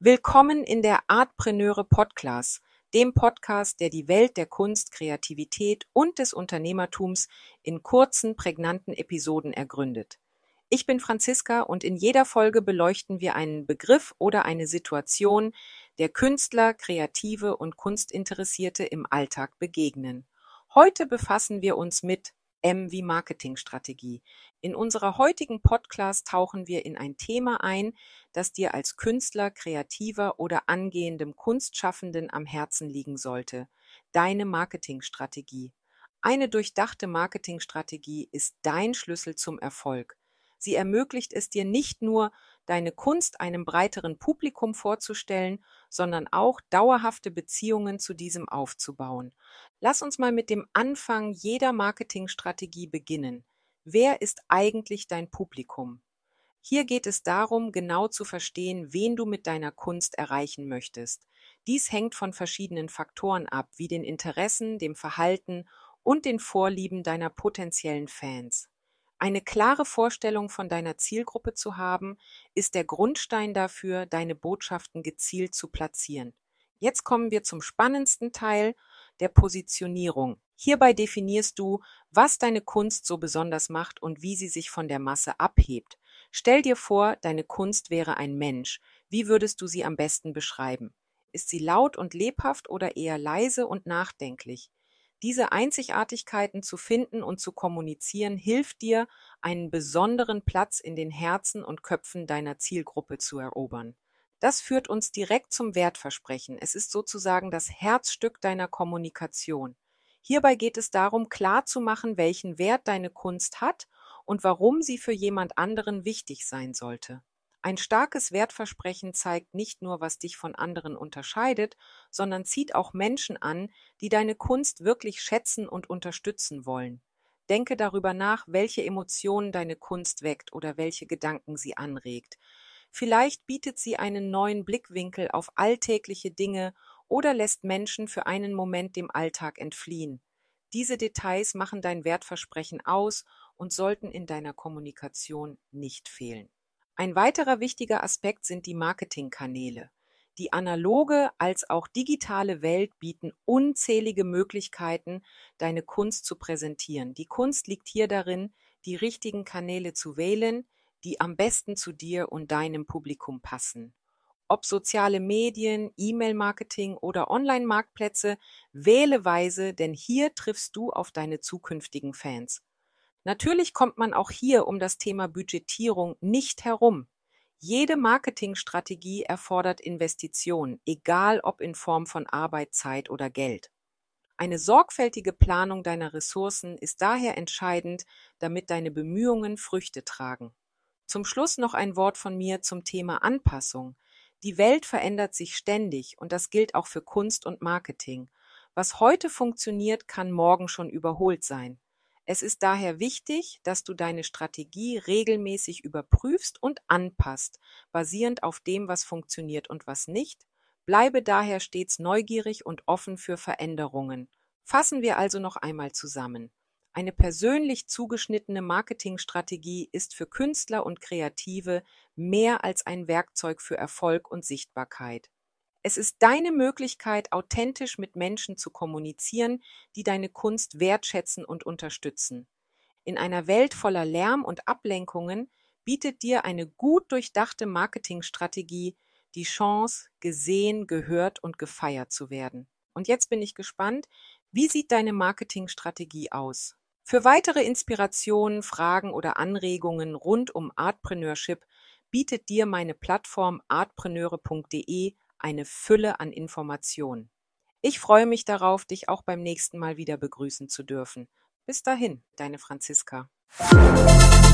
Willkommen in der Artpreneure Podcast, dem Podcast, der die Welt der Kunst, Kreativität und des Unternehmertums in kurzen, prägnanten Episoden ergründet. Ich bin Franziska und in jeder Folge beleuchten wir einen Begriff oder eine Situation, der Künstler, Kreative und Kunstinteressierte im Alltag begegnen. Heute befassen wir uns mit M wie Marketingstrategie. In unserer heutigen Podcast tauchen wir in ein Thema ein, das dir als Künstler, Kreativer oder angehendem Kunstschaffenden am Herzen liegen sollte: deine Marketingstrategie. Eine durchdachte Marketingstrategie ist dein Schlüssel zum Erfolg. Sie ermöglicht es dir nicht nur, deine Kunst einem breiteren Publikum vorzustellen, sondern auch dauerhafte Beziehungen zu diesem aufzubauen. Lass uns mal mit dem Anfang jeder Marketingstrategie beginnen. Wer ist eigentlich dein Publikum? Hier geht es darum, genau zu verstehen, wen du mit deiner Kunst erreichen möchtest. Dies hängt von verschiedenen Faktoren ab, wie den Interessen, dem Verhalten und den Vorlieben deiner potenziellen Fans. Eine klare Vorstellung von deiner Zielgruppe zu haben, ist der Grundstein dafür, deine Botschaften gezielt zu platzieren. Jetzt kommen wir zum spannendsten Teil, der Positionierung. Hierbei definierst du, was deine Kunst so besonders macht und wie sie sich von der Masse abhebt. Stell dir vor, deine Kunst wäre ein Mensch. Wie würdest du sie am besten beschreiben? Ist sie laut und lebhaft oder eher leise und nachdenklich? Diese Einzigartigkeiten zu finden und zu kommunizieren, hilft dir, einen besonderen Platz in den Herzen und Köpfen deiner Zielgruppe zu erobern. Das führt uns direkt zum Wertversprechen. Es ist sozusagen das Herzstück deiner Kommunikation. Hierbei geht es darum, klarzumachen, welchen Wert deine Kunst hat und warum sie für jemand anderen wichtig sein sollte. Ein starkes Wertversprechen zeigt nicht nur, was dich von anderen unterscheidet, sondern zieht auch Menschen an, die deine Kunst wirklich schätzen und unterstützen wollen. Denke darüber nach, welche Emotionen deine Kunst weckt oder welche Gedanken sie anregt. Vielleicht bietet sie einen neuen Blickwinkel auf alltägliche Dinge oder lässt Menschen für einen Moment dem Alltag entfliehen. Diese Details machen dein Wertversprechen aus und sollten in deiner Kommunikation nicht fehlen. Ein weiterer wichtiger Aspekt sind die Marketingkanäle. Die analoge als auch digitale Welt bieten unzählige Möglichkeiten, deine Kunst zu präsentieren. Die Kunst liegt hier darin, die richtigen Kanäle zu wählen, die am besten zu dir und deinem Publikum passen. Ob soziale Medien, E-Mail-Marketing oder Online-Marktplätze, wähle weise, denn hier triffst du auf deine zukünftigen Fans. Natürlich kommt man auch hier um das Thema Budgetierung nicht herum. Jede Marketingstrategie erfordert Investitionen, egal ob in Form von Arbeit, Zeit oder Geld. Eine sorgfältige Planung deiner Ressourcen ist daher entscheidend, damit deine Bemühungen Früchte tragen. Zum Schluss noch ein Wort von mir zum Thema Anpassung. Die Welt verändert sich ständig und das gilt auch für Kunst und Marketing. Was heute funktioniert, kann morgen schon überholt sein. Es ist daher wichtig, dass du deine Strategie regelmäßig überprüfst und anpasst, basierend auf dem, was funktioniert und was nicht. Bleibe daher stets neugierig und offen für Veränderungen. Fassen wir also noch einmal zusammen. Eine persönlich zugeschnittene Marketingstrategie ist für Künstler und Kreative mehr als ein Werkzeug für Erfolg und Sichtbarkeit. Es ist deine Möglichkeit, authentisch mit Menschen zu kommunizieren, die deine Kunst wertschätzen und unterstützen. In einer Welt voller Lärm und Ablenkungen bietet dir eine gut durchdachte Marketingstrategie die Chance, gesehen, gehört und gefeiert zu werden. Und jetzt bin ich gespannt, wie sieht deine Marketingstrategie aus? Für weitere Inspirationen, Fragen oder Anregungen rund um Artpreneurship bietet dir meine Plattform artpreneure.de eine Fülle an Informationen. Ich freue mich darauf, dich auch beim nächsten Mal wieder begrüßen zu dürfen. Bis dahin, deine Franziska.